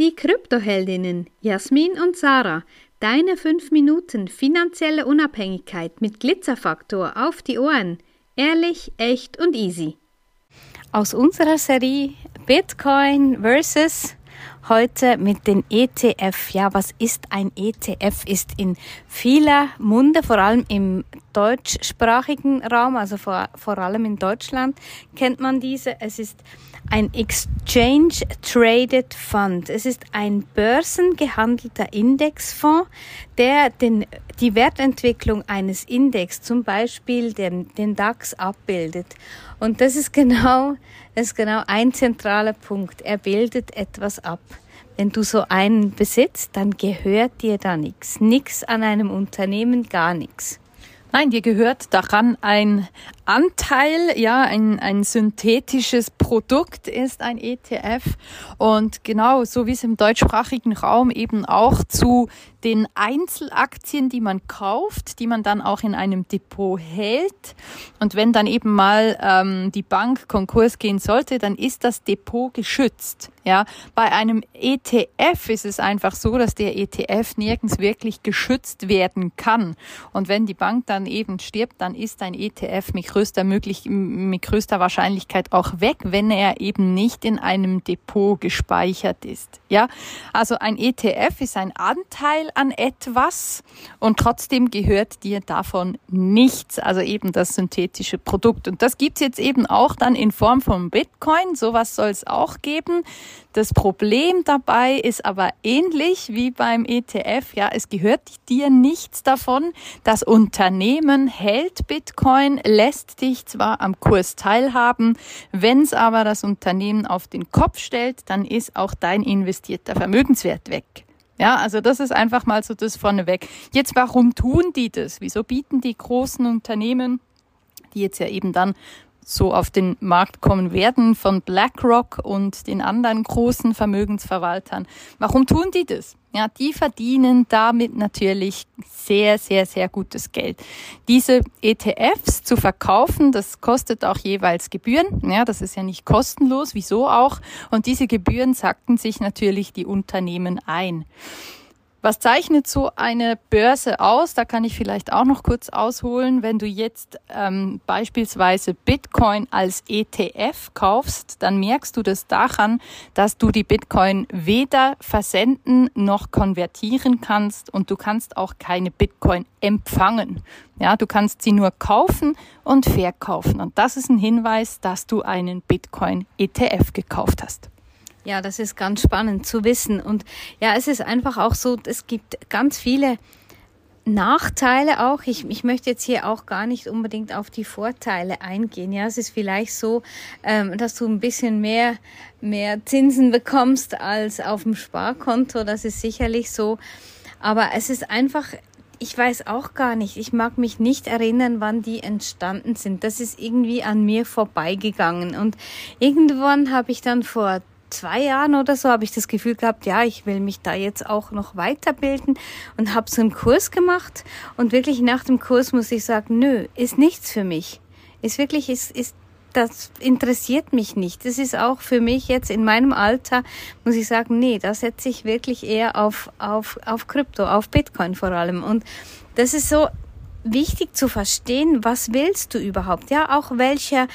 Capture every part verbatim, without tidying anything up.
Die Kryptoheldinnen Jasmin und Sarah. Deine fünf Minuten finanzielle Unabhängigkeit mit Glitzerfaktor auf die Ohren. Ehrlich, echt und easy. Aus unserer Serie Bitcoin versus heute mit den E T F. Ja, was ist ein E T F? Ist in vieler Munde, vor allem im deutschsprachigen Raum, also vor, vor allem in Deutschland kennt man diese. Es ist ein Exchange Traded Fund. Es ist ein börsengehandelter Indexfonds, der den, die Wertentwicklung eines Index, zum Beispiel den, den DAX, abbildet. Und das ist genau, das ist genau ein zentraler Punkt. Er bildet etwas ab. Wenn du so einen besitzt, dann gehört dir da nichts. Nichts an einem Unternehmen, gar nichts. Nein, dir gehört daran ein Anteil, ja, ein, ein synthetisches Produkt ist ein E T F. Und genau, so wie es im deutschsprachigen Raum eben auch zu den Einzelaktien, die man kauft, die man dann auch in einem Depot hält. Und wenn dann eben mal ähm, die Bank Konkurs gehen sollte, dann ist das Depot geschützt. Ja, bei einem E T F ist es einfach so, dass der E T F nirgends wirklich geschützt werden kann. Und wenn die Bank dann eben stirbt, dann ist ein E T F mit größter möglich, mit größter Wahrscheinlichkeit auch weg, wenn er eben nicht in einem Depot gespeichert ist. Ja, also ein E T F ist ein Anteil an etwas und trotzdem gehört dir davon nichts, also eben das synthetische Produkt. Und das gibt's jetzt eben auch dann in Form von Bitcoin, sowas soll es auch geben. Das Problem dabei ist aber ähnlich wie beim E T F, ja, es gehört dir nichts davon. Das Unternehmen hält Bitcoin, lässt dich zwar am Kurs teilhaben, wenn es aber das Unternehmen auf den Kopf stellt, dann ist auch dein investierter Vermögenswert weg. Ja, also das ist einfach mal so das vorneweg. Jetzt, warum tun die das? Wieso bieten die großen Unternehmen, die jetzt ja eben dann so auf den Markt kommen werden von BlackRock und den anderen großen Vermögensverwaltern. Warum tun die das? Ja, die verdienen damit natürlich sehr, sehr, sehr gutes Geld. Diese E T Fs zu verkaufen, das kostet auch jeweils Gebühren. Ja, das ist ja nicht kostenlos, wieso auch? Und diese Gebühren sacken sich natürlich die Unternehmen ein. Was zeichnet so eine Börse aus? Da kann ich vielleicht auch noch kurz ausholen. Wenn du jetzt ähm, beispielsweise Bitcoin als E T F kaufst, dann merkst du das daran, dass du die Bitcoin weder versenden noch konvertieren kannst und du kannst auch keine Bitcoin empfangen. Ja, du kannst sie nur kaufen und verkaufen. Und das ist ein Hinweis, dass du einen Bitcoin E T F gekauft hast. Ja, das ist ganz spannend zu wissen. Und ja, es ist einfach auch so, es gibt ganz viele Nachteile auch. Ich, ich möchte jetzt hier auch gar nicht unbedingt auf die Vorteile eingehen. Ja, es ist vielleicht so, ähm, dass du ein bisschen mehr, mehr Zinsen bekommst als auf dem Sparkonto. Das ist sicherlich so. Aber es ist einfach, ich weiß auch gar nicht, ich mag mich nicht erinnern, wann die entstanden sind. Das ist irgendwie an mir vorbeigegangen. Und irgendwann habe ich dann vor zwei Jahren oder so, habe ich das Gefühl gehabt, ja, ich will mich da jetzt auch noch weiterbilden und habe so einen Kurs gemacht. Und wirklich nach dem Kurs muss ich sagen, nö, ist nichts für mich. Ist wirklich, ist, ist, das interessiert mich nicht. Das ist auch für mich jetzt in meinem Alter, muss ich sagen, nee, da setze ich wirklich eher auf, auf, auf Krypto, auf Bitcoin vor allem. Und das ist so wichtig zu verstehen, was willst du überhaupt? Ja, auch welcher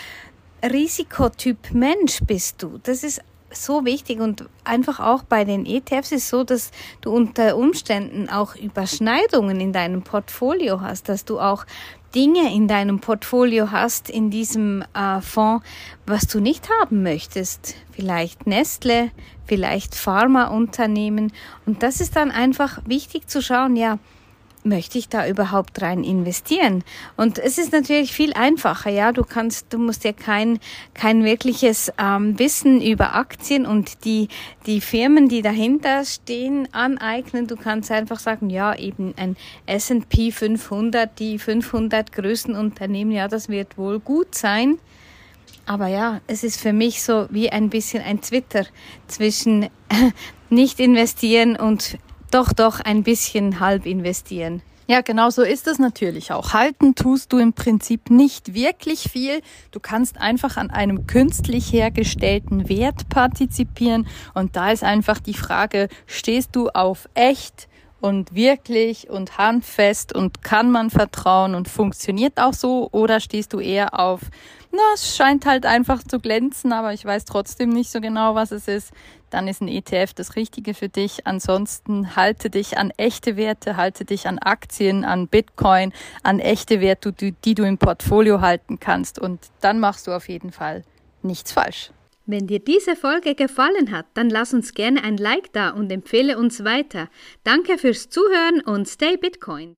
Risikotyp Mensch bist du? Das ist so wichtig und einfach auch bei den E T Fs ist so, dass du unter Umständen auch Überschneidungen in deinem Portfolio hast, dass du auch Dinge in deinem Portfolio hast in diesem äh, Fonds, was du nicht haben möchtest. Vielleicht Nestle, vielleicht Pharmaunternehmen und das ist dann einfach wichtig zu schauen, ja, möchte ich da überhaupt rein investieren? Und es ist natürlich viel einfacher, ja. Du kannst, du musst ja kein kein wirkliches ähm, Wissen über Aktien und die die Firmen, die dahinter stehen, aneignen. Du kannst einfach sagen, ja, eben ein S and P fünfhundert, die fünfhundert größten Unternehmen, ja, das wird wohl gut sein. Aber ja, es ist für mich so wie ein bisschen ein Twitter zwischen nicht investieren und doch, doch ein bisschen halb investieren. Ja, genau so ist es natürlich auch. Halten tust du im Prinzip nicht wirklich viel. Du kannst einfach an einem künstlich hergestellten Wert partizipieren. Und da ist einfach die Frage, stehst du auf echt und wirklich und handfest und kann man vertrauen und funktioniert auch so, oder stehst du eher auf, na, es scheint halt einfach zu glänzen, aber ich weiß trotzdem nicht so genau, was es ist, dann ist ein E T F das Richtige für dich. Ansonsten halte dich an echte Werte, halte dich an Aktien, an Bitcoin, an echte Werte, die, die du im Portfolio halten kannst, und dann machst du auf jeden Fall nichts falsch. Wenn dir diese Folge gefallen hat, dann lass uns gerne ein Like da und empfehle uns weiter. Danke fürs Zuhören und stay Bitcoin.